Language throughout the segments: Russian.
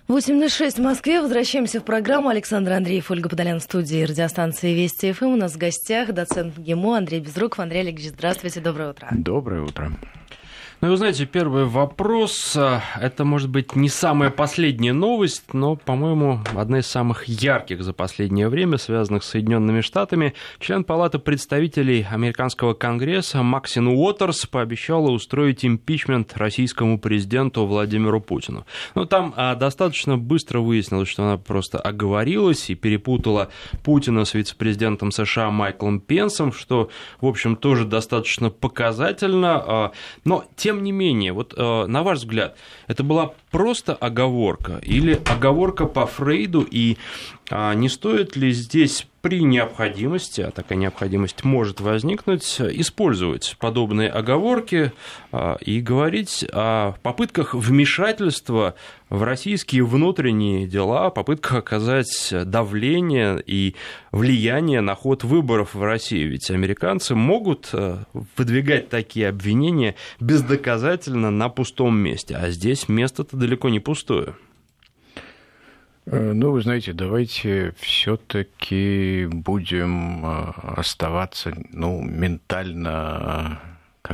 8:06 в Москве. Возвращаемся в программу. Александр Андреев, Ольга Подолян в студии радиостанции Вести ФМ. У нас в гостях доцент ГИМО Андрей Безруков. Андрей Олегович, здравствуйте, доброе утро. Доброе утро. Ну, вы знаете, первый вопрос, это, может быть, не самая последняя новость, но, по-моему, одна из самых ярких за последнее время, связанных с Соединенными Штатами. Член Палаты представителей Американского Конгресса Максин Уотерс пообещала устроить импичмент российскому президенту Владимиру Путину. Но там достаточно быстро выяснилось, что она просто оговорилась и перепутала Путина с вице-президентом США Майклом Пенсом, что, в общем, тоже достаточно показательно, но тем не менее, вот на ваш взгляд, это была просто оговорка или оговорка по Фрейду, и не стоит ли здесь при необходимости, а такая необходимость может возникнуть, использовать подобные оговорки и говорить о попытках вмешательства в российские внутренние дела, попытках оказать давление и влияние на ход выборов в России? Ведь американцы могут выдвигать такие обвинения бездоказательно на пустом месте, а здесь место-то далеко не пустое. Ну, вы знаете, давайте все-таки будем оставаться, ментально,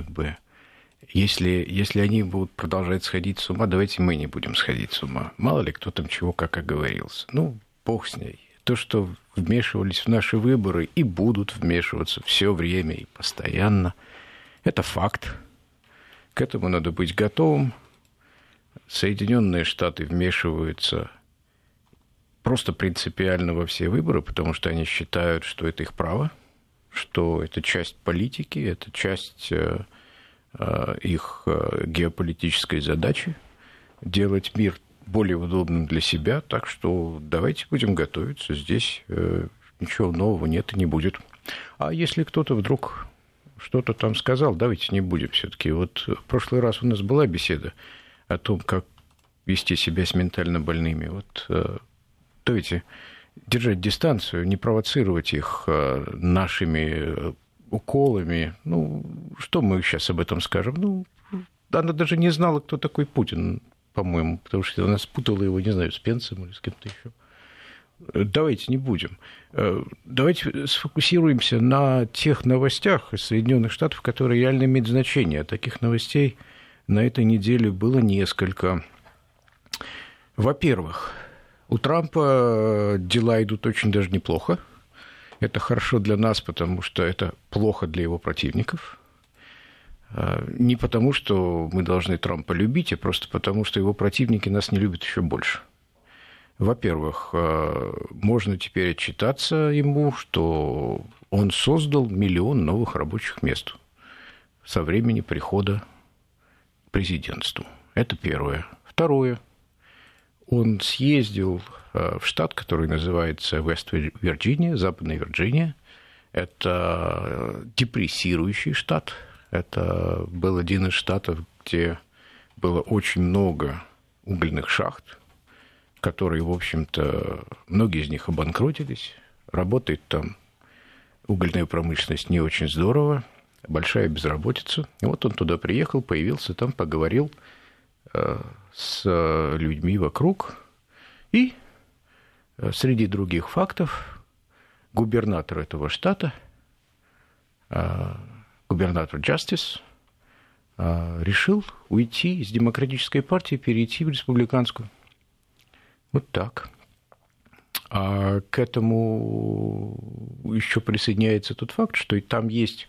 если они будут продолжать сходить с ума, давайте мы не будем сходить с ума. Мало ли кто там чего как оговорился. Бог с ней. То, что вмешивались в наши выборы и будут вмешиваться все время и постоянно, это факт. К этому надо быть готовым. Соединенные Штаты вмешиваются просто принципиально во все выборы, потому что они считают, что это их право, что это часть политики, это часть их геополитической задачи делать мир более удобным для себя. Так что давайте будем готовиться. Здесь ничего нового нет и не будет. А если кто-то вдруг что-то там сказал, давайте не будем все-таки. Вот в прошлый раз у нас была беседа о том, как вести себя с ментально больными. Давайте держать дистанцию, не провоцировать их нашими уколами. Что мы сейчас об этом скажем? Она даже не знала, кто такой Путин, по-моему, потому что она спутала его, не знаю, с Пенсом или с кем-то еще. Давайте не будем. Давайте сфокусируемся на тех новостях из Соединенных Штатов, которые реально имеют значение. Таких новостей на этой неделе было несколько. Во-первых, у Трампа дела идут очень даже неплохо. Это хорошо для нас, потому что это плохо для его противников. Не потому, что мы должны Трампа любить, а просто потому, что его противники нас не любят еще больше. Во-первых, можно теперь отчитаться ему, что он создал 1 миллион новых рабочих мест со времени прихода к президентству. Это первое. Второе. Он съездил в штат, который называется Вест-Вирджиния, Западная Вирджиния. Это депрессирующий штат. Это был один из штатов, где было очень много угольных шахт, которые, в общем-то, многие из них обанкротились. Работает там угольная промышленность не очень здорово, большая безработица. И вот он туда приехал, появился там, поговорил с людьми вокруг, и среди других фактов губернатор этого штата, губернатор Джастис, решил уйти из демократической партии, перейти в республиканскую. Вот так. А к этому еще присоединяется тот факт, что и там есть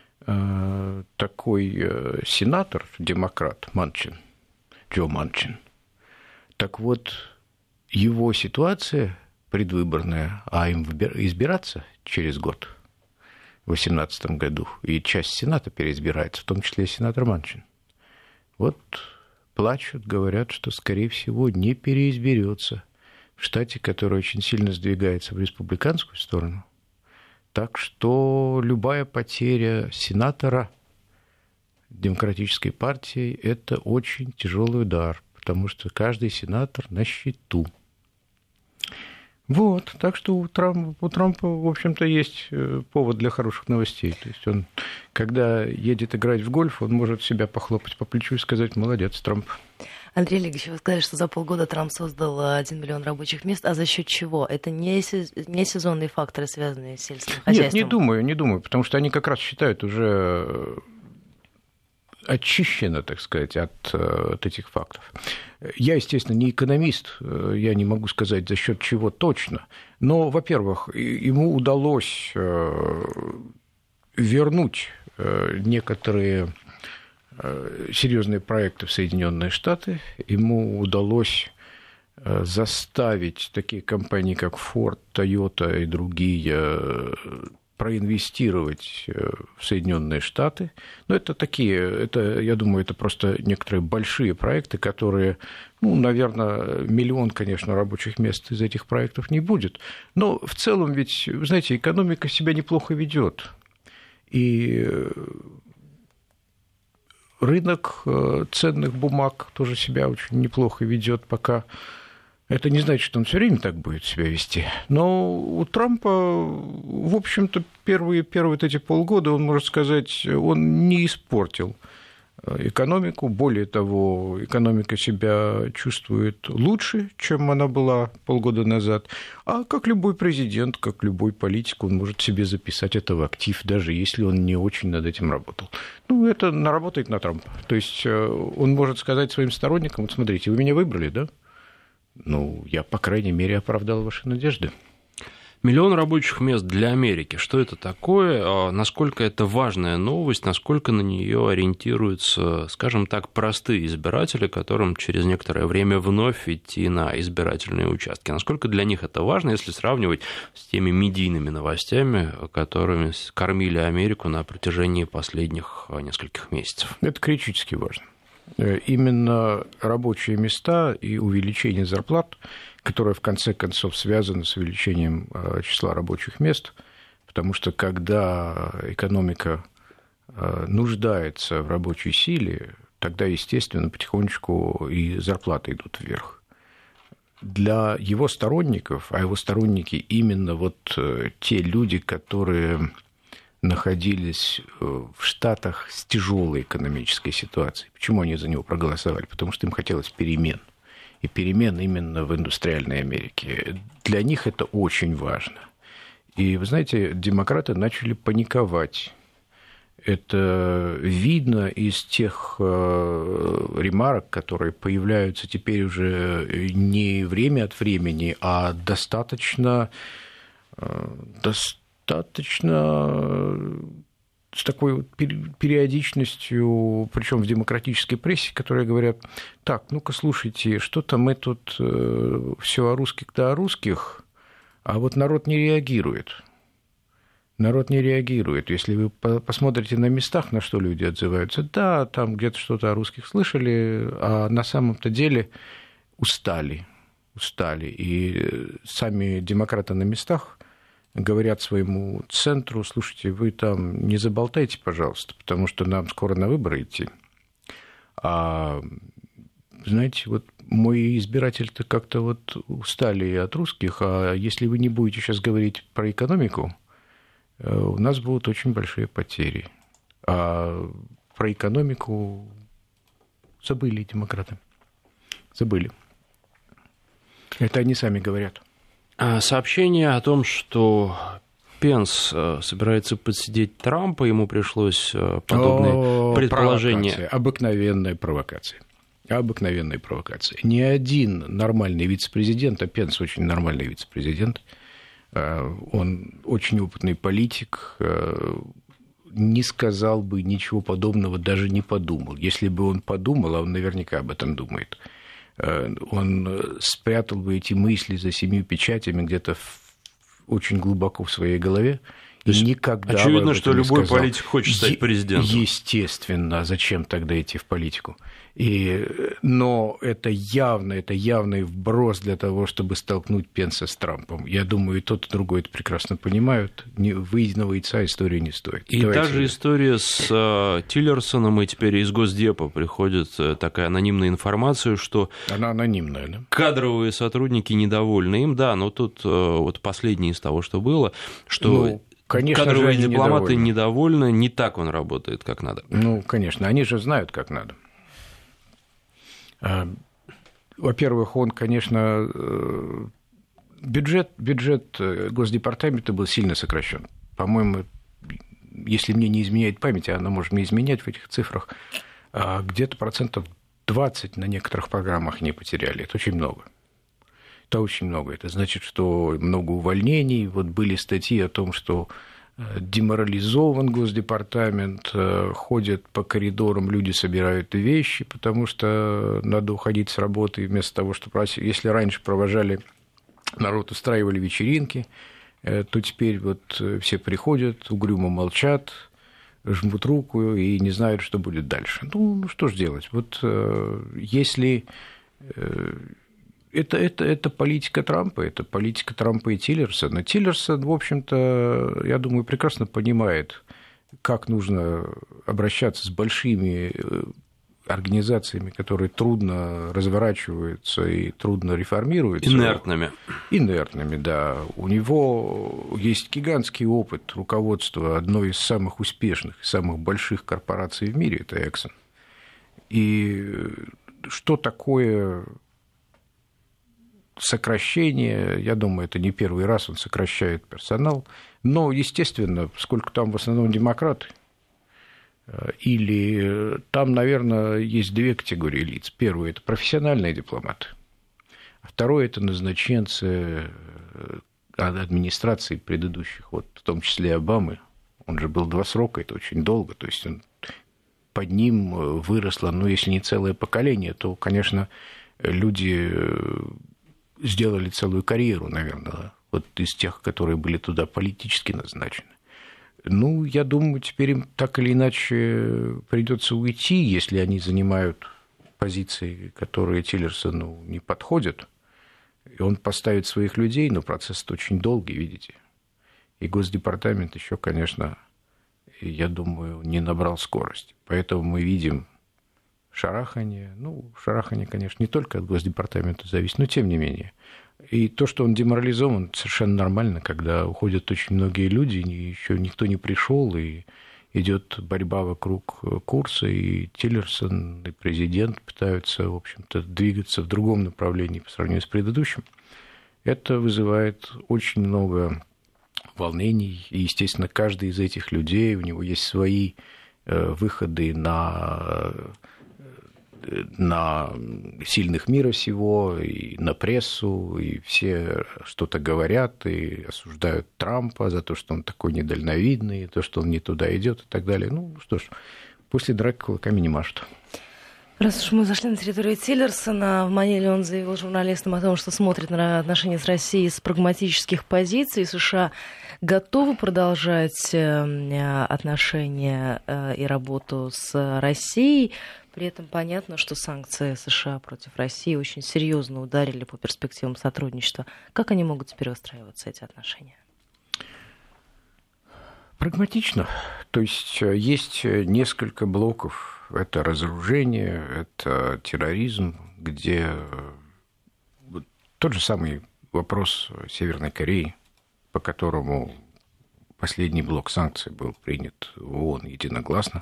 такой сенатор, демократ Джо Манчин. Так вот, его ситуация предвыборная, а им избираться через год, в 2018 году, и часть Сената переизбирается, в том числе и сенатор Манчин. Вот плачут, говорят, что, скорее всего, не переизберется в штате, который очень сильно сдвигается в республиканскую сторону. Так что любая потеря сенатора демократической партии – это очень тяжелый удар, потому что каждый сенатор на счету. Вот, так что у Трампа, в общем-то, есть повод для хороших новостей. То есть он, когда едет играть в гольф, он может себя похлопать по плечу и сказать: молодец, Трамп. Андрей Олегович, вы сказали, что за полгода Трамп создал 1 миллион рабочих мест, а за счет чего? Это не сезонные факторы, связанные с сельским хозяйством? Нет, не думаю, потому что они как раз считают уже очищено, так сказать, от этих фактов. Я, естественно, не экономист, я не могу сказать, за счет чего точно, но, во-первых, ему удалось вернуть некоторые серьезные проекты в Соединенные Штаты, ему удалось заставить такие компании, как Ford, Toyota и другие, проинвестировать в Соединенные Штаты. Но это такие, я думаю, это просто некоторые большие проекты, которые, наверное, миллион, конечно, рабочих мест из этих проектов не будет. Но в целом ведь, вы знаете, экономика себя неплохо ведет. И рынок ценных бумаг тоже себя очень неплохо ведет пока. Это не значит, что он все время так будет себя вести. Но у Трампа, в общем-то, первые вот эти полгода, он, можно сказать, он не испортил экономику. Более того, экономика себя чувствует лучше, чем она была полгода назад. А как любой президент, как любой политик, он может себе записать это в актив, даже если он не очень над этим работал. Это наработает на Трампа. То есть он может сказать своим сторонникам: вот смотрите, вы меня выбрали, да? Я, по крайней мере, оправдал ваши надежды. 1 миллион рабочих мест для Америки. Что это такое? Насколько это важная новость? Насколько на нее ориентируются, скажем так, простые избиратели, которым через некоторое время вновь идти на избирательные участки? Насколько для них это важно, если сравнивать с теми медийными новостями, которыми кормили Америку на протяжении последних нескольких месяцев? Это критически важно. Именно рабочие места и увеличение зарплат, которое в конце концов связано с увеличением числа рабочих мест, потому что когда экономика нуждается в рабочей силе, тогда, естественно, потихонечку и зарплаты идут вверх. Для его сторонников, а его сторонники именно вот те люди, которые находились в Штатах с тяжелой экономической ситуацией. Почему они за него проголосовали? Потому что им хотелось перемен. И перемен именно в индустриальной Америке. Для них это очень важно. И, вы знаете, демократы начали паниковать. Это видно из тех ремарок, которые появляются теперь уже не время от времени, а достаточно с такой вот периодичностью, причем в демократической прессе, которые говорят: так, ну-ка, слушайте, что-то мы тут все о русских да о русских, а вот народ не реагирует. Народ не реагирует. Если вы посмотрите на местах, на что люди отзываются, да, там где-то что-то о русских слышали, а на самом-то деле устали. И сами демократы на местах говорят своему центру: слушайте, вы там не заболтайте, пожалуйста, потому что нам скоро на выборы идти. А, знаете, вот мой избиратель-то как-то вот устали от русских, а если вы не будете сейчас говорить про экономику, у нас будут очень большие потери. А про экономику забыли демократы. Забыли. Это они сами говорят. Сообщение о том, что Пенс собирается подсидеть Трампа, ему пришлось подобные предположения. Обыкновенная провокация. Ни один нормальный вице-президент, а Пенс очень нормальный вице-президент, он очень опытный политик, не сказал бы ничего подобного, даже не подумал. Если бы он подумал, а он наверняка об этом думает, он спрятал бы эти мысли за 7 печатями где-то очень глубоко в своей голове Никогда очевидно, что любой сказал. политик хочет стать президентом. Естественно, зачем тогда идти в политику? Но это явный вброс для того, чтобы столкнуть Пенса с Трампом. Я думаю, и тот, и другой это прекрасно понимают. Выеденного яйца история не стоит. И та же история с Тиллерсоном, и теперь из Госдепа приходит такая анонимная информация, что... Она анонимная, да? Кадровые сотрудники недовольны им, да, но тут вот последнее из того, что было, что... Конечно, кадровые дипломаты недовольны, не так он работает, как надо. Конечно, они же знают, как надо. Во-первых, он, конечно, бюджет Госдепартамента был сильно сокращен. По-моему, если мне не изменяет память, а она может мне изменять в этих цифрах, где-то 20% на некоторых программах не потеряли. Это очень много. Это очень много. Это значит, что много увольнений. Вот были статьи о том, что деморализован Госдепартамент, ходят по коридорам, люди собирают вещи, потому что надо уходить с работы, вместо того, чтобы... Если раньше провожали народ, устраивали вечеринки, то теперь вот все приходят, угрюмо молчат, жмут руку и не знают, что будет дальше. Что же делать? Вот если... Это политика Трампа, это политика Трампа и Тиллерсона. Тиллерсон, в общем-то, я думаю, прекрасно понимает, как нужно обращаться с большими организациями, которые трудно разворачиваются и трудно реформируются. Инертными, да. У него есть гигантский опыт руководства одной из самых успешных, самых больших корпораций в мире, это Exxon. И что такое... сокращение, я думаю, это не первый раз он сокращает персонал, но, естественно, поскольку там в основном демократы, или там, наверное, есть две категории лиц. Первое – это профессиональные дипломаты, а второе – это назначенцы администрации предыдущих, вот, в том числе Обамы. Он же был 2 срока, это очень долго, то есть под ним выросло, если не целое поколение, то, конечно, люди... сделали целую карьеру, наверное, вот из тех, которые были туда политически назначены. Я думаю, теперь им так или иначе придется уйти, если они занимают позиции, которые Тиллерсону не подходят, и он поставит своих людей, но процесс очень долгий, видите. И Госдепартамент еще, конечно, я думаю, не набрал скорость. Поэтому мы видим шарахание. Шарахание, конечно, не только от Госдепартамента зависит, но тем не менее. И то, что он деморализован, совершенно нормально, когда уходят очень многие люди, еще никто не пришел, и идет борьба вокруг курса, и Тиллерсон, и президент пытаются, в общем-то, двигаться в другом направлении по сравнению с предыдущим. Это вызывает очень много волнений, и, естественно, каждый из этих людей, у него есть свои выходы на сильных мира сего, и на прессу, и все что-то говорят, и осуждают Трампа за то, что он такой недальновидный, и то, что он не туда идет, и так далее. Что ж, после драки кулаками не машут. Раз уж мы зашли на территорию Тиллерсона, в Маниле он заявил журналистам о том, что смотрит на отношения с Россией с прагматических позиций. США готовы продолжать отношения и работу с Россией. При этом понятно, что санкции США против России очень серьезно ударили по перспективам сотрудничества. Как они могут теперь выстраиваться, эти отношения? Прагматично. То есть есть несколько блоков. Это разоружение, это терроризм, где тот же самый вопрос Северной Кореи, по которому последний блок санкций был принят в ООН единогласно.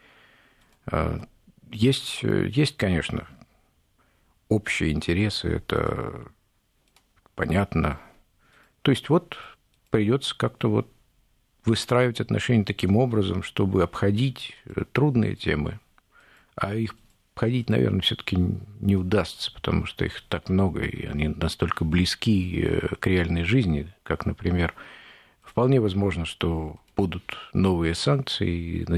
Есть, конечно, общие интересы, это понятно. То есть придется как-то выстраивать отношения таким образом, чтобы обходить трудные темы, а их обходить, наверное, все-таки не удастся, потому что их так много, и они настолько близки к реальной жизни, как, например, вполне возможно, что будут новые санкции, и в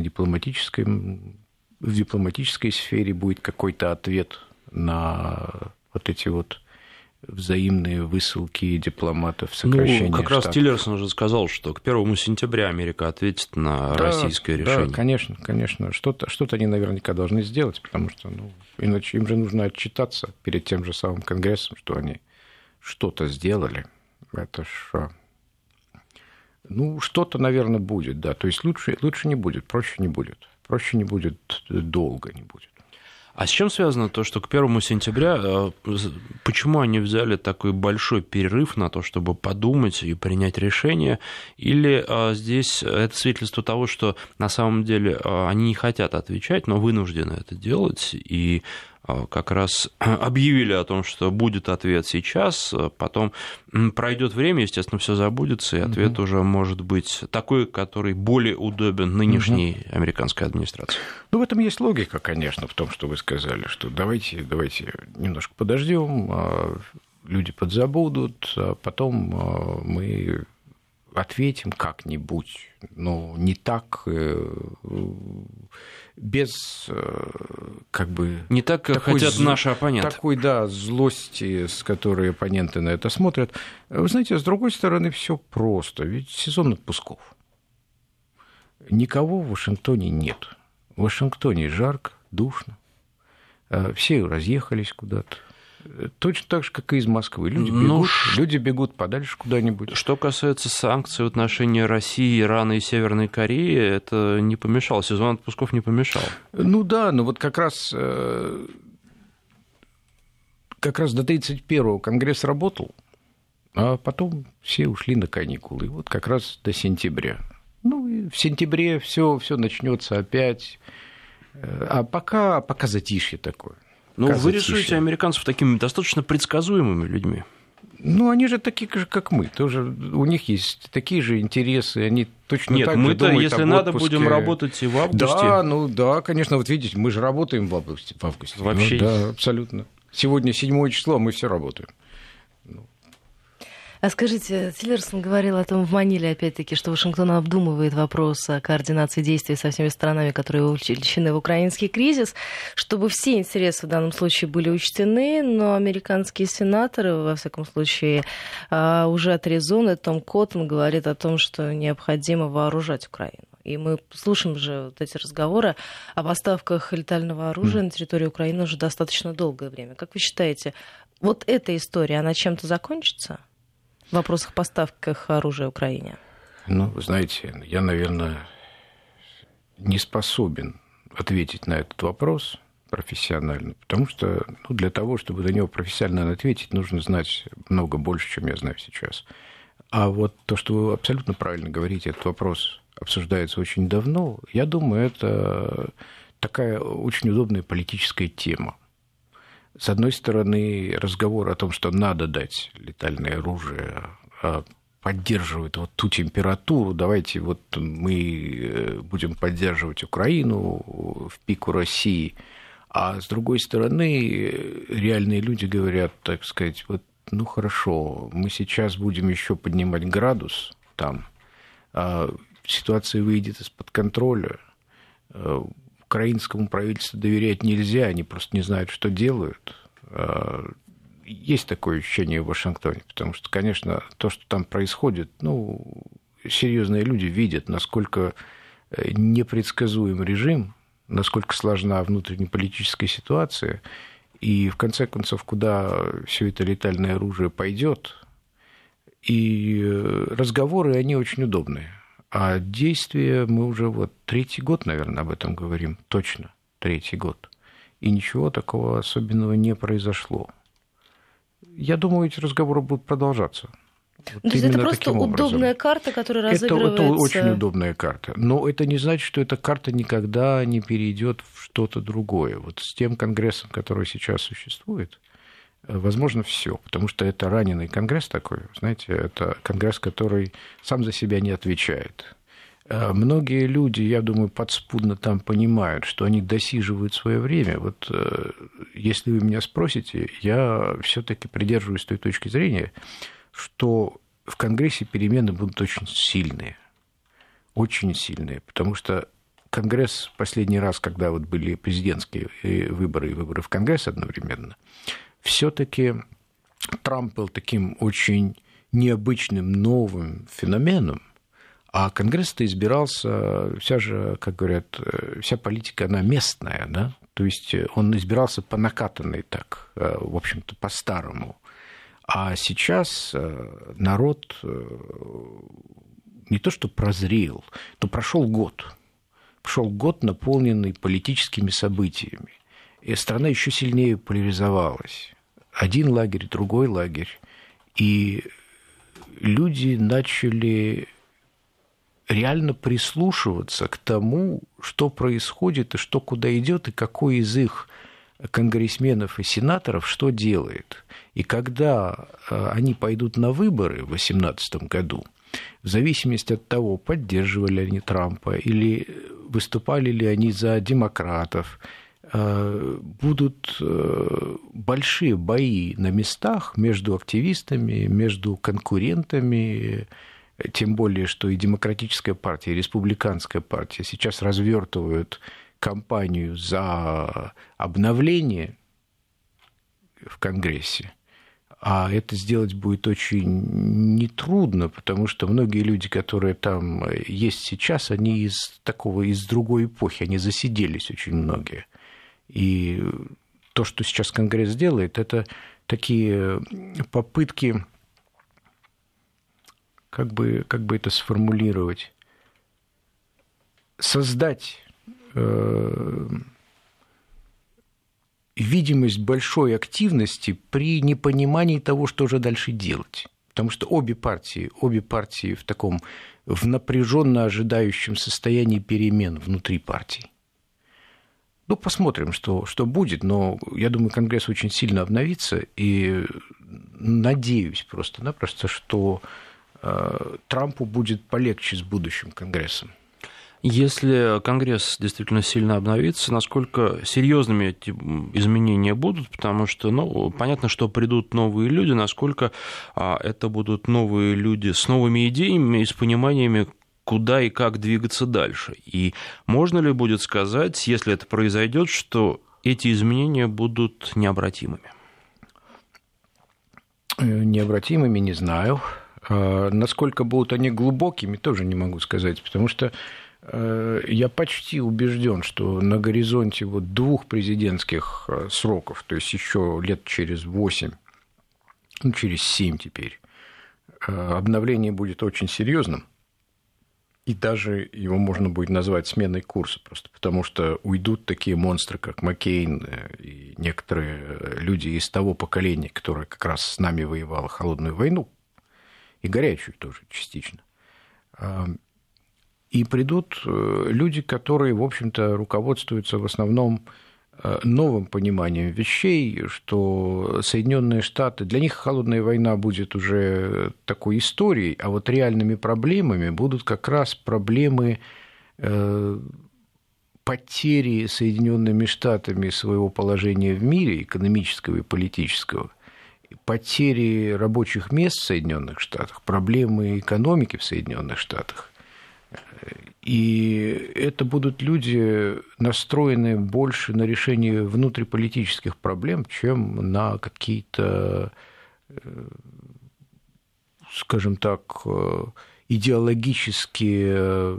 дипломатической сфере будет какой-то ответ на эти взаимные высылки дипломатов, сокращение как раз штатов. Тиллерсон уже сказал, что к 1 сентября Америка ответит на российское решение. Да, конечно. Что-то они наверняка должны сделать, потому что иначе им же нужно отчитаться перед тем же самым Конгрессом, что они что-то сделали. Это ж... что-то, наверное, будет, да. То есть лучше не будет, проще не будет. Проще не будет, долго не будет. А с чем связано то, что к 1 сентября, почему они взяли такой большой перерыв на то, чтобы подумать и принять решение? Или здесь это свидетельство того, что на самом деле они не хотят отвечать, но вынуждены это делать, и как раз объявили о том, что будет ответ сейчас, потом пройдет время, естественно, все забудется, и ответ уже может быть такой, который более удобен нынешней американской администрации. В этом есть логика, конечно, в том, что вы сказали, что давайте немножко подождем, люди подзабудут, а потом мы ответим как-нибудь, но не так, без не так, как хотят наши оппоненты. Такой, злости, с которой оппоненты на это смотрят. Вы знаете, с другой стороны, все просто. Ведь сезон отпусков. Никого в Вашингтоне нет. В Вашингтоне жарко, душно. Все разъехались куда-то. Точно так же, как и из Москвы. Люди бегут подальше куда-нибудь. Что касается санкций в отношении России, Ирана и Северной Кореи, это не помешало, сезон отпусков не помешал. Но как раз до 31-го Конгресс работал, а потом все ушли на каникулы. И вот как раз до сентября. И в сентябре все начнется опять. А пока затишье такое. Вы рисуете американцев такими достаточно предсказуемыми людьми. Они же такие же, как мы. Тоже у них есть такие же интересы, они точно так же думают об отпуске. Нет, мы-то, если надо, будем работать и в августе. Да, конечно, вот видите, мы же работаем в августе. Вообще. Да, абсолютно. Сегодня 7 число, а мы все работаем. А скажите, Тиллерсон говорил о том в Маниле, опять-таки, что Вашингтон обдумывает вопрос о координации действий со всеми странами, которые вовлечены в украинский кризис, чтобы все интересы в данном случае были учтены, но американские сенаторы, во всяком случае, уже отрезоны. Том Коттон говорит о том, что необходимо вооружать Украину. И мы слушаем же вот эти разговоры о поставках летального оружия на территорию Украины уже достаточно долгое время. Как вы считаете, вот эта история, она чем-то закончится? В вопросах поставок оружия Украине? Вы знаете, я, наверное, не способен ответить на этот вопрос профессионально, потому что для того, чтобы на него профессионально ответить, нужно знать много больше, чем я знаю сейчас. А вот то, что вы абсолютно правильно говорите, этот вопрос обсуждается очень давно, я думаю, это такая очень удобная политическая тема. С одной стороны, разговор о том, что надо дать летальное оружие, поддерживает вот ту температуру, давайте вот мы будем поддерживать Украину в пику России, а с другой стороны, реальные люди говорят, так сказать, вот, хорошо, мы сейчас будем еще поднимать градус там, ситуация выйдет из-под контроля, украинскому правительству доверять нельзя, они просто не знают, что делают. Есть такое ощущение в Вашингтоне, потому что, конечно, то, что там происходит, серьезные люди видят, насколько непредсказуем режим, насколько сложна внутреннеполитическая ситуация, и, в конце концов, куда все это летальное оружие пойдет. И разговоры, они очень удобные. А действия мы уже 3-й год, наверное, об этом говорим, точно 3-й год. И ничего такого особенного не произошло. Я думаю, эти разговоры будут продолжаться. То есть это просто удобная карта, которая разыгрывается? Это очень удобная карта. Но это не значит, что эта карта никогда не перейдет в что-то другое. Вот с тем Конгрессом, который сейчас существует, возможно, все, потому что это раненый Конгресс такой, знаете, это Конгресс, который сам за себя не отвечает. Многие люди, я думаю, подспудно там понимают, что они досиживают свое время. Вот если вы меня спросите, я все-таки придерживаюсь той точки зрения, что в Конгрессе перемены будут очень сильные, потому что Конгресс последний раз, когда были президентские выборы и выборы в Конгресс одновременно, все-таки Трамп был таким очень необычным новым феноменом, а Конгресс-то избирался, вся же, как говорят, вся политика, она местная, да? То есть он избирался по накатанной так, в общем-то, по-старому. А сейчас народ не то что прозрел, но прошел год. Прошел год, наполненный политическими событиями. И страна еще сильнее поляризовалась. Один лагерь, другой лагерь. И люди начали реально прислушиваться к тому, что происходит, и что куда идет, и какой из их конгрессменов и сенаторов что делает. И когда они пойдут на выборы в 2018 году, в зависимости от того, поддерживали они Трампа или выступали ли они за демократов, будут большие бои на местах между активистами, между конкурентами, тем более, что и Демократическая партия, и Республиканская партия сейчас развертывают кампанию за обновление в Конгрессе. А это сделать будет очень нетрудно, потому что многие люди, которые там есть сейчас, они из другой эпохи, они засиделись очень многие. И то, что сейчас Конгресс делает, это такие попытки, как бы это сформулировать, создать видимость большой активности при непонимании того, что же дальше делать. Потому что обе партии в напряженно ожидающем состоянии перемен внутри партий. Ну, посмотрим, что будет, но я думаю, Конгресс очень сильно обновится, и надеюсь просто-напросто, что Трампу будет полегче с будущим Конгрессом. Если Конгресс действительно сильно обновится, насколько серьезными эти изменения будут? Потому что, понятно, что придут новые люди, насколько это будут новые люди с новыми идеями и с пониманиями, куда и как двигаться дальше. И можно ли будет сказать, если это произойдет, что эти изменения будут необратимыми? Необратимыми не знаю. Насколько будут они глубокими, тоже не могу сказать, потому что я почти убежден, что на горизонте 2 президентских сроков, то есть еще лет через 8, через 7 теперь, обновление будет очень серьезным, и даже его можно будет назвать сменой курса, просто потому что уйдут такие монстры, как Маккейн и некоторые люди из того поколения, которое как раз с нами воевало холодную войну, и горячую тоже частично. И придут люди, которые, в общем-то, руководствуются в основном новым пониманием вещей, что Соединенные Штаты, для них холодная война будет уже такой историей, а вот реальными проблемами будут как раз проблемы потери Соединенными Штатами своего положения в мире, экономического и политического, потери рабочих мест в Соединенных Штатах, проблемы экономики в Соединенных Штатах. И это будут люди, настроенные больше на решение внутриполитических проблем, чем на какие-то, скажем так, идеологические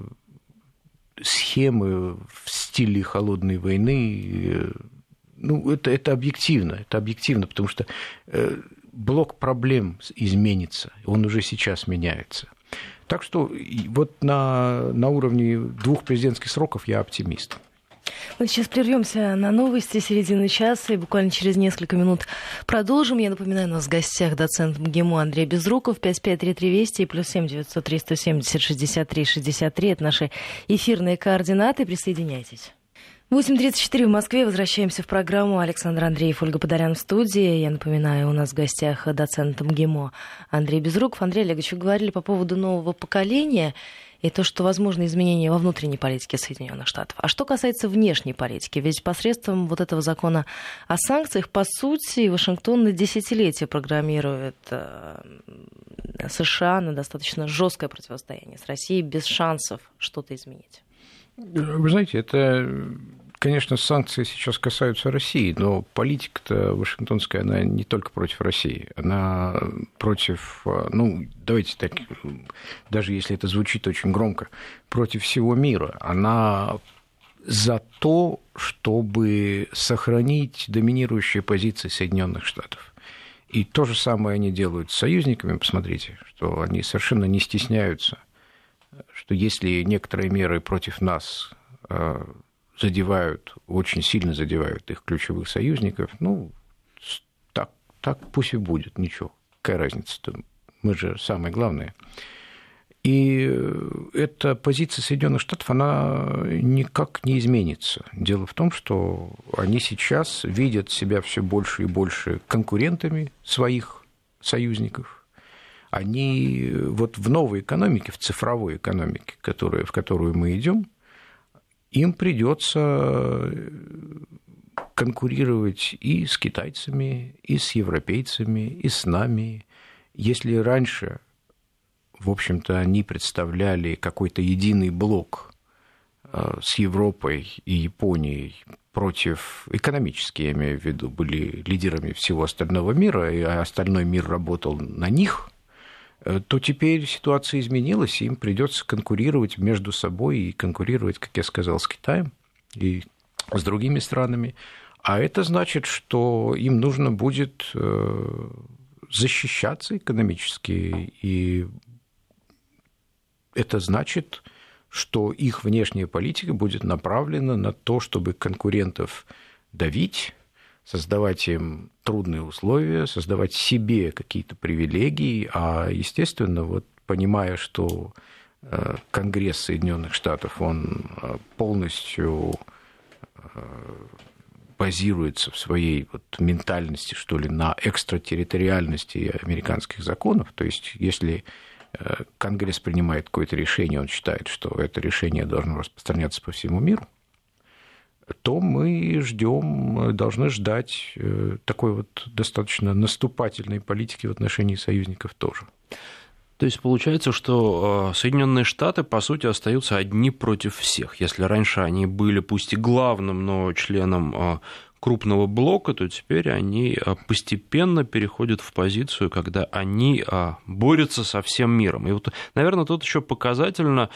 схемы в стиле холодной войны. Это объективно, потому что блок проблем изменится, он уже сейчас меняется. Так что вот на уровне 2 президентских сроков я оптимист. Мы сейчас прервемся на новости середины часа и буквально через несколько минут продолжим. Я напоминаю, у нас в гостях доцент МГИМО Андрей Безруков, 553320 и +7 903 170 63 63. Это наши эфирные координаты. Присоединяйтесь. 8:34 в Москве. Возвращаемся в программу. Александр Андреев, Ольга Подолян в студии. Я напоминаю, у нас в гостях доцент МГИМО Андрей Безруков. Андрей Олегович, вы говорили по поводу нового поколения и то, что возможны изменения во внутренней политике Соединенных Штатов. А что касается внешней политики, ведь посредством вот этого закона о санкциях, по сути, Вашингтон на десятилетия программирует США на достаточно жесткое противостояние с Россией без шансов что-то изменить. Вы знаете, это, конечно, санкции сейчас касаются России, но политика-то вашингтонская, она не только против России, она против, давайте так, даже если это звучит очень громко, против всего мира. Она за то, чтобы сохранить доминирующие позиции Соединенных Штатов. И то же самое они делают с союзниками, посмотрите, что они совершенно не стесняются, что если некоторые меры против нас очень сильно задевают их ключевых союзников, так пусть и будет, ничего, какая разница-то, мы же самые главные. И эта позиция Соединенных Штатов, она никак не изменится. Дело в том, что они сейчас видят себя все больше и больше конкурентами своих союзников. Они вот в новой экономике, в цифровой экономике, в которую мы идем, им придется конкурировать и с китайцами, и с европейцами, и с нами. Если раньше, в общем-то, они представляли какой-то единый блок с Европой и Японией против, экономически, я имею в виду, были лидерами всего остального мира, и остальной мир работал на них, то теперь ситуация изменилась, и им придется конкурировать между собой и конкурировать, как я сказал, с Китаем и с другими странами. А это значит, что им нужно будет защищаться экономически, и это значит, что их внешняя политика будет направлена на то, чтобы конкурентов давить, создавать им трудные условия, создавать себе какие-то привилегии, а, естественно, вот понимая, что Конгресс Соединенных Штатов, он полностью базируется в своей вот ментальности, что ли, на экстратерриториальности американских законов, то есть если Конгресс принимает какое-то решение, он считает, что это решение должно распространяться по всему миру, то мы должны ждать такой вот достаточно наступательной политики в отношении союзников тоже. То есть получается, что Соединенные Штаты, по сути, остаются одни против всех. Если раньше они были пусть и главным, но членом крупного блока, то теперь они постепенно переходят в позицию, когда они борются со всем миром. И вот, наверное, тут еще показателен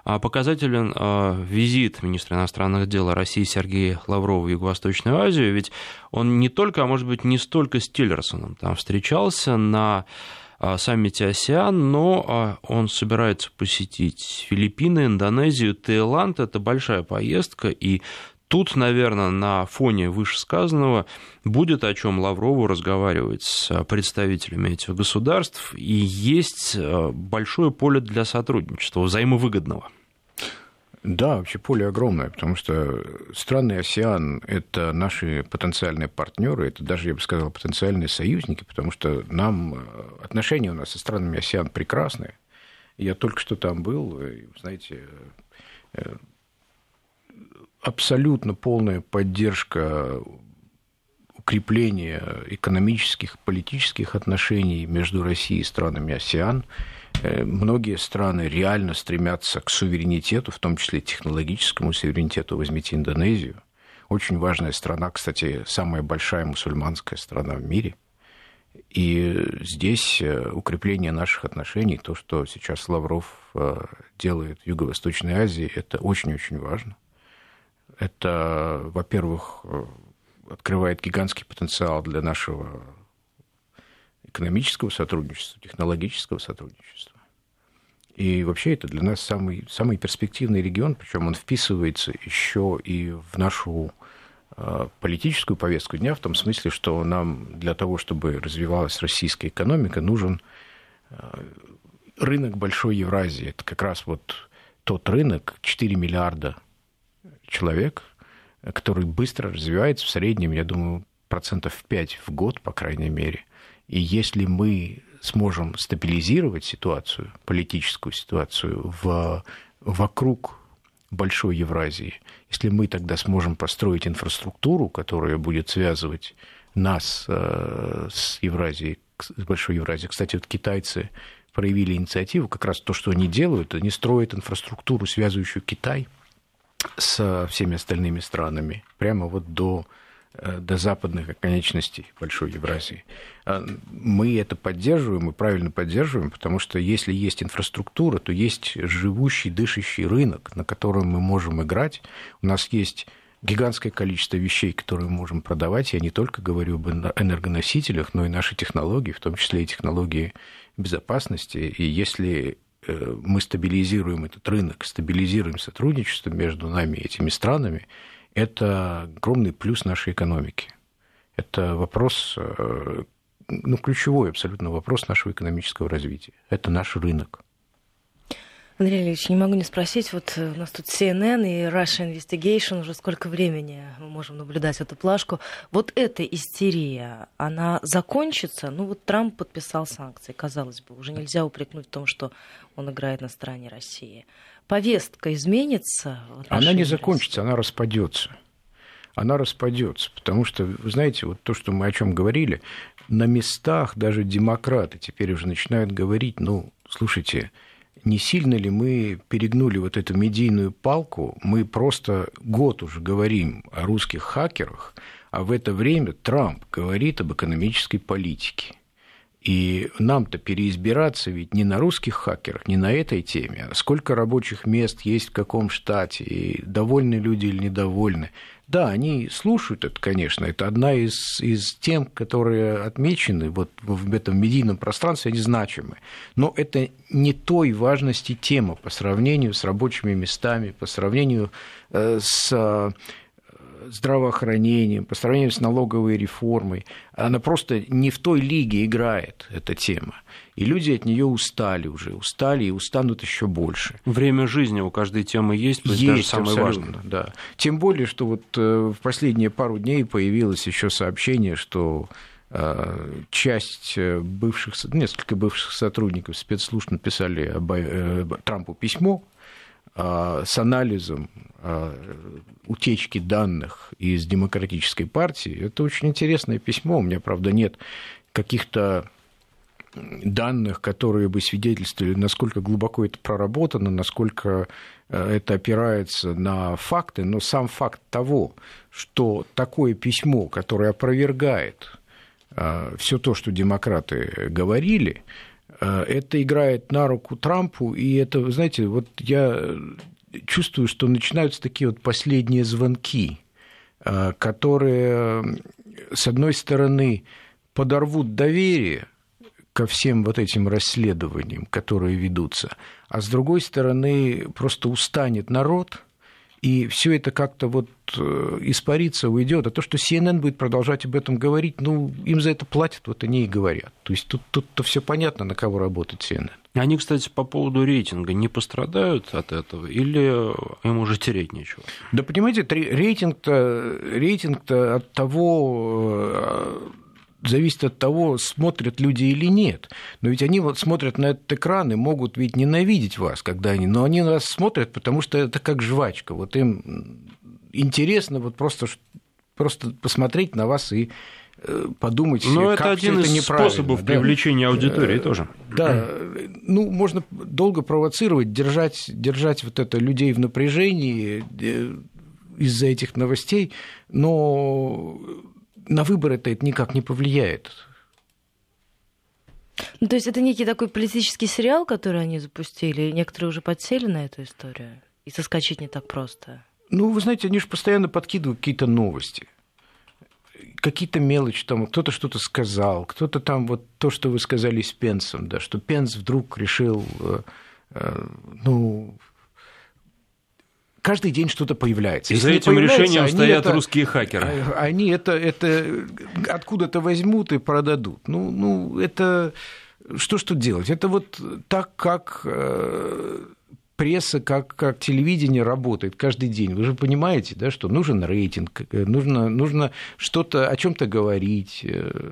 визит министра иностранных дел России Сергея Лаврова в Юго-Восточную Азию, ведь он не только, а может быть, не столько с Тиллерсоном там встречался на саммите АСЕАН, но он собирается посетить Филиппины, Индонезию, Таиланд. Это большая поездка, и тут, наверное, на фоне вышесказанного будет о чем Лаврову разговаривать с представителями этих государств, и есть большое поле для сотрудничества, взаимовыгодного. Да, вообще поле огромное, потому что страны АСЕАН – это наши потенциальные партнеры, это даже, я бы сказал, потенциальные союзники, потому что отношения у нас со странами АСЕАН прекрасные. Я только что там был, и, знаете, абсолютно полная поддержка укрепления экономических, политических отношений между Россией и странами АСЕАН. Многие страны реально стремятся к суверенитету, в том числе технологическому суверенитету. Возьмите Индонезию. Очень важная страна, кстати, самая большая мусульманская страна в мире. И здесь укрепление наших отношений, то, что сейчас Лавров делает в Юго-Восточной Азии, это очень-очень важно. Это, во-первых, открывает гигантский потенциал для нашего экономического сотрудничества, технологического сотрудничества. И вообще это для нас самый перспективный регион, причем он вписывается еще и в нашу политическую повестку дня, в том смысле, что нам для того, чтобы развивалась российская экономика, нужен рынок Большой Евразии. Это как раз вот тот рынок, 4 миллиарда человек, который быстро развивается, в среднем, я думаю, 5% в год, по крайней мере. И если мы сможем стабилизировать ситуацию, политическую ситуацию вокруг Большой Евразии, если мы тогда сможем построить инфраструктуру, которая будет связывать нас с Евразией, с Большой Евразией. Кстати, вот китайцы проявили инициативу, как раз то, что они делают, они строят инфраструктуру, связывающую Китай со всеми остальными странами, прямо вот до западных оконечностей Большой Евразии. Мы это поддерживаем и правильно поддерживаем, потому что если есть инфраструктура, то есть живущий, дышащий рынок, на котором мы можем играть. У нас есть гигантское количество вещей, которые мы можем продавать. Я не только говорю об энергоносителях, но и наши технологии, в том числе и технологии безопасности. И если мы стабилизируем этот рынок, стабилизируем сотрудничество между нами и этими странами, это огромный плюс нашей экономики. Это вопрос, ключевой абсолютно вопрос нашего экономического развития. Это наш рынок. Андрей Ильич, не могу не спросить, вот у нас тут CNN и Russia Investigation, уже сколько времени мы можем наблюдать эту плашку. Вот эта истерия, она закончится? Ну вот Трамп подписал санкции, казалось бы, уже нельзя упрекнуть в том, что он играет на стороне России. Повестка изменится? Она не закончится, она распадется. Она распадется, потому что, вы знаете, вот то, что мы о чем говорили, на местах даже демократы теперь уже начинают говорить, слушайте, не сильно ли мы перегнули вот эту медийную палку? Мы просто год уже говорим о русских хакерах, а в это время Трамп говорит об экономической политике. И нам-то переизбираться ведь не на русских хакерах, не на этой теме, а сколько рабочих мест есть в каком штате, и довольны люди или недовольны. Да, они слушают это, конечно, это одна из тем, которые отмечены вот в этом медийном пространстве, они значимы. Но это не той важности тема по сравнению с рабочими местами, по сравнению с здравоохранением, по сравнению с налоговой реформой. Она просто не в той лиге играет, эта тема. И люди от нее устали и устанут еще больше. Время жизни у каждой темы есть, пусть даже самое важное. Да. Тем более, что вот в последние пару дней появилось еще сообщение, что несколько бывших сотрудников спецслужб написали Трампу письмо с анализом утечки данных из Демократической партии. Это очень интересное письмо. У меня, правда, нет каких-то данных, которые бы свидетельствовали, насколько глубоко это проработано, насколько это опирается на факты, но сам факт того, что такое письмо, которое опровергает все то, что демократы говорили, это играет на руку Трампу, и это, вы знаете, вот я чувствую, что начинаются такие вот последние звонки, которые, с одной стороны, подорвут доверие ко всем вот этим расследованиям, которые ведутся, а с другой стороны, просто устанет народ, и все это как-то вот испарится, уйдет. А то, что CNN будет продолжать об этом говорить, им за это платят, вот они и говорят. То есть тут-то все понятно, на кого работает CNN. Они, кстати, по поводу рейтинга не пострадают от этого или им уже терять нечего? Да, понимаете, рейтинг-то от того... зависит от того, смотрят люди или нет. Но ведь они вот смотрят на этот экран и могут ведь ненавидеть вас, но они нас смотрят, потому что это как жвачка. Вот им интересно вот просто посмотреть на вас и подумать, но как это один из способов привлечения аудитории тоже. Да, можно долго провоцировать, держать вот это людей в напряжении из-за этих новостей, но на выборы это никак не повлияет. То есть это некий такой политический сериал, который они запустили, некоторые уже подсели на эту историю, и соскочить не так просто? Вы знаете, они же постоянно подкидывают какие-то новости, какие-то мелочи, там кто-то что-то сказал, кто-то там вот то, что вы сказали с Пенсом, да, что Пенс вдруг решил, каждый день что-то появляется. И за этим решением стоят русские хакеры. Они это откуда-то возьмут и продадут. Это что ж тут делать? Это вот так, как пресса, как телевидение работает каждый день. Вы же понимаете, да, что нужен рейтинг, нужно что-то, о чем-то говорить.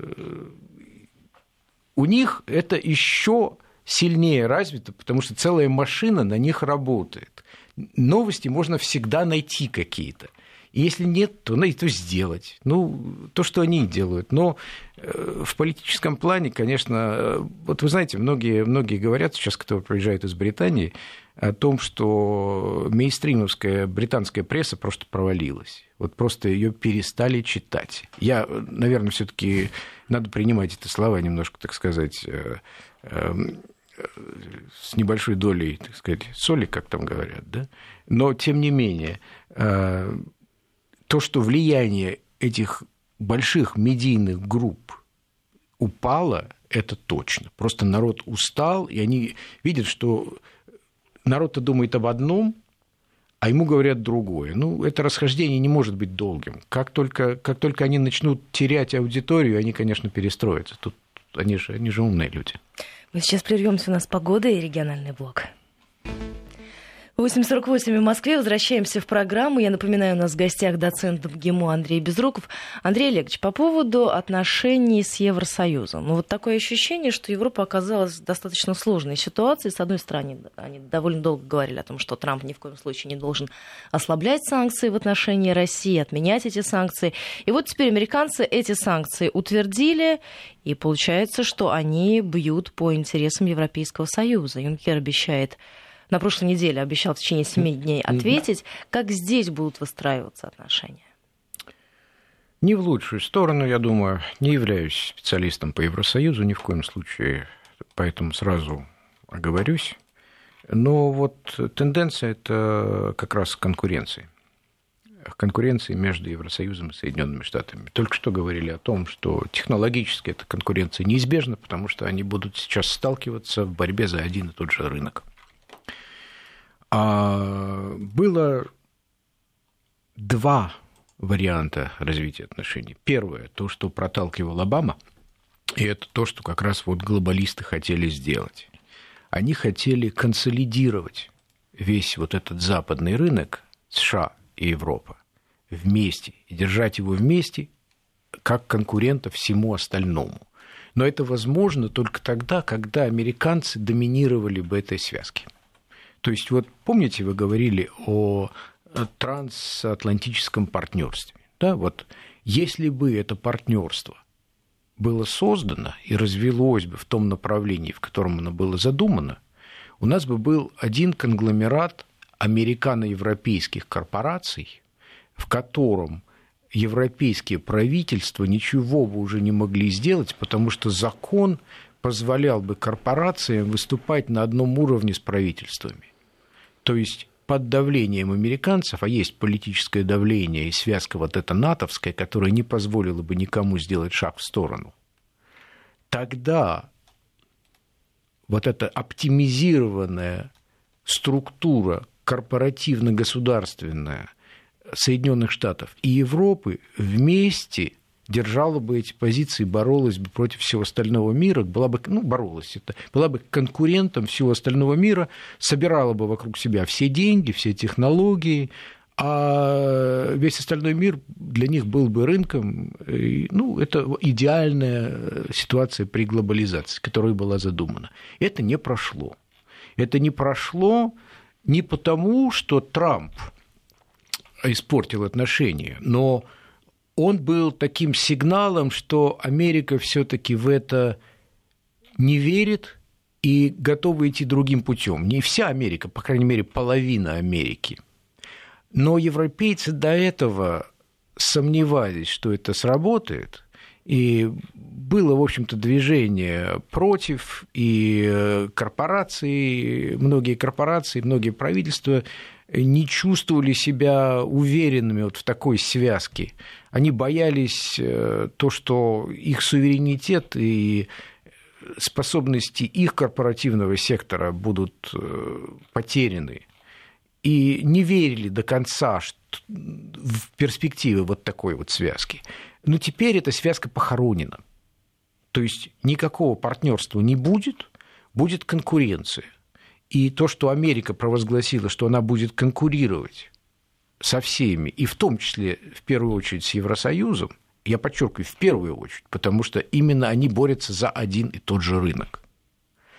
У них это еще сильнее развито, потому что целая машина на них работает. Новости можно всегда найти какие-то. И если нет, то надо это сделать. Ну, то, что они делают. Но в политическом плане, конечно, вот вы знаете, многие говорят сейчас, кто приезжает из Британии, о том, что мейнстримовская британская пресса просто провалилась. Вот просто ее перестали читать. Я, наверное, все-таки надо принимать эти слова немножко, так сказать, с небольшой долей, так сказать, соли, как там говорят, да? Но, тем не менее, то, что влияние этих больших медийных групп упало, это точно. Просто народ устал, и они видят, что народ-то думает об одном, а ему говорят другое. Ну, это расхождение не может быть долгим. Как только они начнут терять аудиторию, они, конечно, перестроятся. Тут они же умные люди. Мы сейчас прервемся, у нас погода и региональный блок. 8:48 в Москве. Возвращаемся в программу. Я напоминаю, у нас в гостях доцент МГИМО Андрей Безруков. Андрей Олегович, по поводу отношений с Евросоюзом. Ну, вот такое ощущение, что Европа оказалась в достаточно сложной ситуации. С одной стороны, они довольно долго говорили о том, что Трамп ни в коем случае не должен ослаблять санкции в отношении России, отменять эти санкции. И вот теперь американцы эти санкции утвердили, и получается, что они бьют по интересам Европейского Союза. Юнкер обещает... На прошлой неделе обещал в течение 7 дней ответить. Как здесь будут выстраиваться отношения? Не в лучшую сторону, я думаю. Не являюсь специалистом по Евросоюзу ни в коем случае, поэтому сразу оговорюсь. Но вот тенденция – это как раз конкуренция. Конкуренции между Евросоюзом и Соединенными Штатами. Только что говорили о том, что технологически эта конкуренция неизбежна, потому что они будут сейчас сталкиваться в борьбе за один и тот же рынок. Было 2 варианта развития отношений. Первое, то, что проталкивал Обама, и это то, что как раз вот глобалисты хотели сделать. Они хотели консолидировать весь вот этот западный рынок, США и Европа, вместе, и держать его вместе как конкурента всему остальному. Но это возможно только тогда, когда американцы доминировали бы этой связке. То есть, вот помните, вы говорили о трансатлантическом партнерстве. Да? Вот, если бы это партнерство было создано и развелось бы в том направлении, в котором оно было задумано, у нас бы был один конгломерат американо-европейских корпораций, в котором европейские правительства ничего бы уже не могли сделать, потому что закон позволял бы корпорациям выступать на одном уровне с правительствами. То есть под давлением американцев, а есть политическое давление и связка вот эта натовская, которая не позволила бы никому сделать шаг в сторону, тогда вот эта оптимизированная структура корпоративно-государственная Соединенных Штатов и Европы вместе держала бы эти позиции, боролась бы против всего остального мира, была бы, была бы конкурентом всего остального мира, собирала бы вокруг себя все деньги, все технологии, а весь остальной мир для них был бы рынком. Это идеальная ситуация при глобализации, которая была задумана. Это не прошло. Это не прошло не потому, что Трамп испортил отношения, но он был таким сигналом, что Америка все-таки в это не верит и готова идти другим путем. Не вся Америка, по крайней мере, половина Америки. Но европейцы до этого сомневались, что это сработает, и было, в общем-то, движение против, и многие корпорации, многие правительства не чувствовали себя уверенными вот в такой связке. Они боялись то, что их суверенитет и способности их корпоративного сектора будут потеряны. И не верили до конца в перспективы вот такой вот связки. Но теперь эта связка похоронена. То есть никакого партнерства не будет, будет конкуренция. И то, что Америка провозгласила, что она будет конкурировать со всеми, и в том числе, в первую очередь, с Евросоюзом, я подчеркиваю, в первую очередь, потому что именно они борются за один и тот же рынок.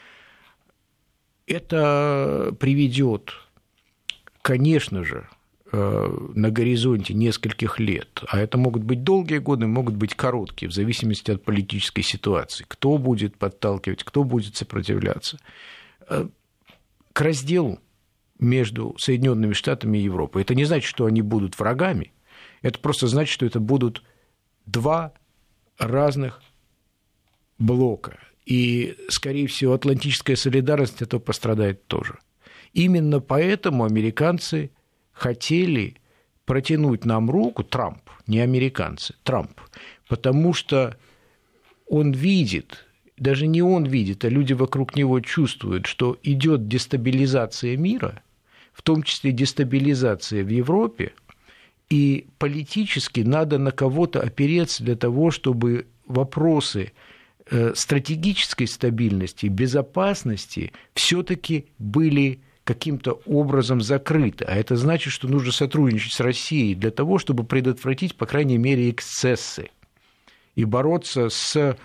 Это приведет, конечно же, на горизонте нескольких лет, а это могут быть долгие годы, могут быть короткие, в зависимости от политической ситуации, кто будет подталкивать, кто будет сопротивляться, к разделу между Соединенными Штатами и Европой. Это не значит, что они будут врагами, это просто значит, что это будут два разных блока. И, скорее всего, атлантическая солидарность от этого пострадает тоже. Именно поэтому американцы хотели протянуть нам руку, Трамп, не американцы, Трамп, потому что он видит, даже не он видит, а люди вокруг него чувствуют, что идет дестабилизация мира, в том числе дестабилизация в Европе, и политически надо на кого-то опереться для того, чтобы вопросы стратегической стабильности, безопасности все-таки были каким-то образом закрыты. А это значит, что нужно сотрудничать с Россией для того, чтобы предотвратить, по крайней мере, эксцессы и бороться с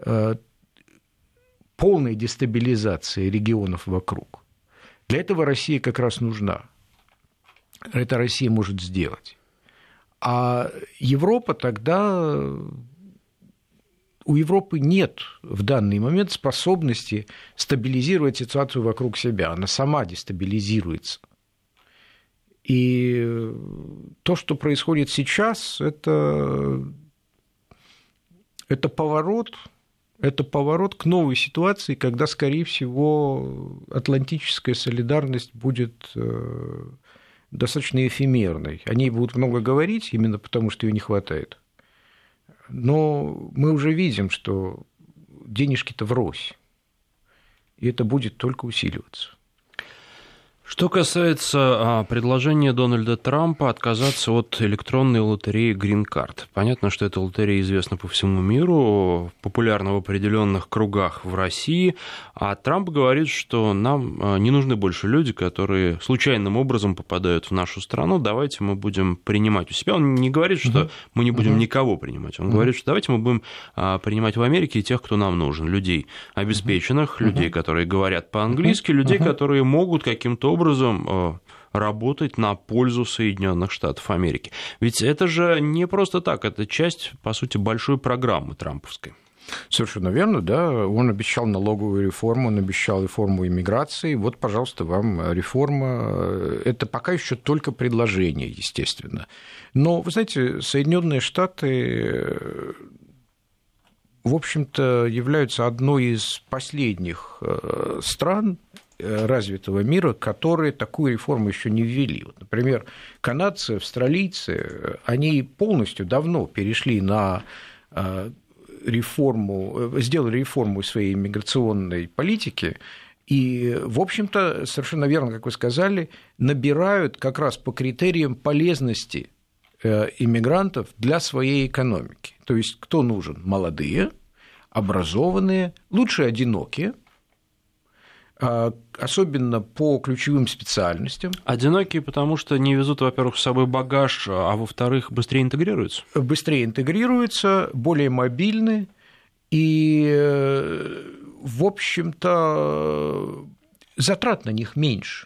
полной дестабилизацией регионов вокруг. Для этого Россия как раз нужна. Это Россия может сделать. А Европа тогда... У Европы нет в данный момент способности стабилизировать ситуацию вокруг себя. Она сама дестабилизируется. И то, что происходит сейчас, это поворот к новой ситуации, когда, скорее всего, атлантическая солидарность будет достаточно эфемерной. О ней будут много говорить, именно потому что ее не хватает. Но мы уже видим, что денежки-то врозь, и это будет только усиливаться. Что касается предложения Дональда Трампа отказаться от электронной лотереи Green Card. Понятно, что эта лотерея известна по всему миру, популярна в определенных кругах в России, а Трамп говорит, что нам не нужны больше люди, которые случайным образом попадают в нашу страну, давайте мы будем принимать у себя. Он не говорит, что мы не будем никого принимать, он говорит, что давайте мы будем принимать в Америке тех, кто нам нужен, людей обеспеченных, людей, которые говорят по-английски, людей, которые могут каким-то образом работать на пользу Соединенных Штатов Америки. Ведь это же не просто так, это часть, по сути, большой программы трамповской. Совершенно верно, да. Он обещал налоговую реформу, он обещал реформу иммиграции. Вот, пожалуйста, вам реформа. Это пока еще только предложение, естественно. Но, вы знаете, Соединенные Штаты, в общем-то, являются одной из последних стран развитого мира, которые такую реформу еще не ввели. Вот, например, канадцы, австралийцы, они полностью давно перешли на реформу, сделали реформу своей иммиграционной политики, и, в общем-то, совершенно верно, как вы сказали, набирают как раз по критериям полезности иммигрантов для своей экономики. То есть, кто нужен? Молодые, образованные, лучше одинокие, особенно по ключевым специальностям. Одинокие, потому что не везут, во-первых, с собой багаж, а во-вторых, быстрее интегрируются? Быстрее интегрируются, более мобильны, и, в общем-то, затрат на них меньше.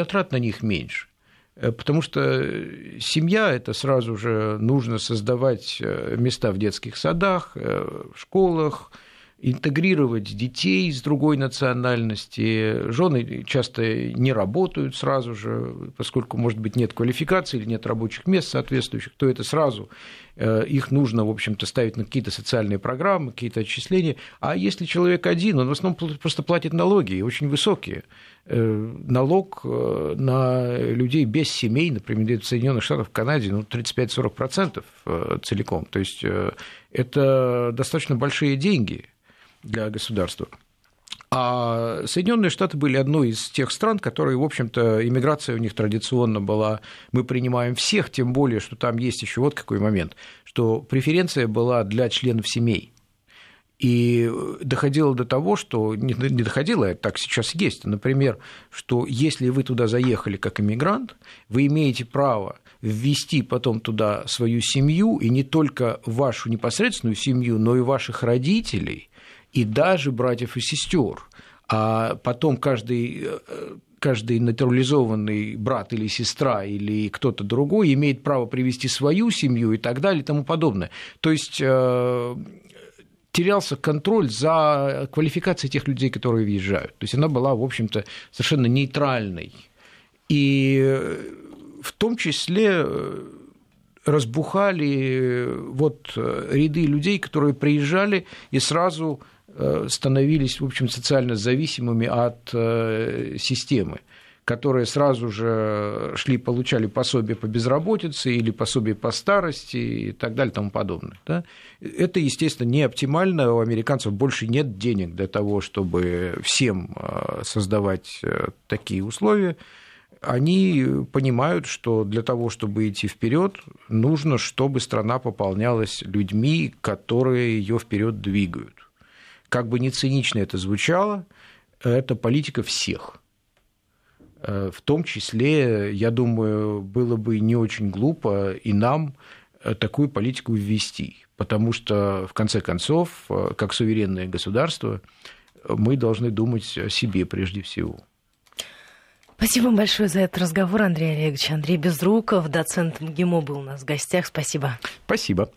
Потому что семья – это сразу же нужно создавать места в детских садах, в школах, интегрировать детей с другой национальности. Жены часто не работают сразу же, поскольку, может быть, нет квалификации или нет рабочих мест соответствующих, то это сразу их нужно, в общем-то, ставить на какие-то социальные программы, какие-то отчисления. А если человек один, он в основном просто платит налоги, очень высокие. Налог на людей без семей, например, в Соединенных Штатах, в Канаде, 35-40% целиком. То есть это достаточно большие деньги для государства. А Соединенные Штаты были одной из тех стран, которые, в общем-то, иммиграция у них традиционно была, мы принимаем всех, тем более, что там есть еще вот какой момент, что преференция была для членов семей. И доходило до того, что не доходило, так сейчас есть, например, что если вы туда заехали как иммигрант, вы имеете право ввести потом туда свою семью, и не только вашу непосредственную семью, но и ваших родителей, и даже братьев и сестер. А потом каждый каждый натурализованный брат или сестра или кто-то другой имеет право привести свою семью и так далее и тому подобное. То есть терялся контроль за квалификацией тех людей, которые въезжают. То есть она была, в общем-то, совершенно нейтральной. И в том числе разбухали вот ряды людей, которые приезжали и сразу становились, в общем, социально зависимыми от системы, которые сразу же получали пособие по безработице или пособие по старости и так далее и тому подобное. Да? Это, естественно, не оптимально, у американцев больше нет денег для того, чтобы всем создавать такие условия. Они понимают, что для того, чтобы идти вперед, нужно, чтобы страна пополнялась людьми, которые ее вперед двигают. Как бы ни цинично это звучало, это политика всех. В том числе, я думаю, было бы не очень глупо и нам такую политику ввести, потому что, в конце концов, как суверенное государство, мы должны думать о себе прежде всего. Спасибо большое за этот разговор, Андрей Олегович. Андрей Безруков, доцент МГИМО, был у нас в гостях. Спасибо. Спасибо.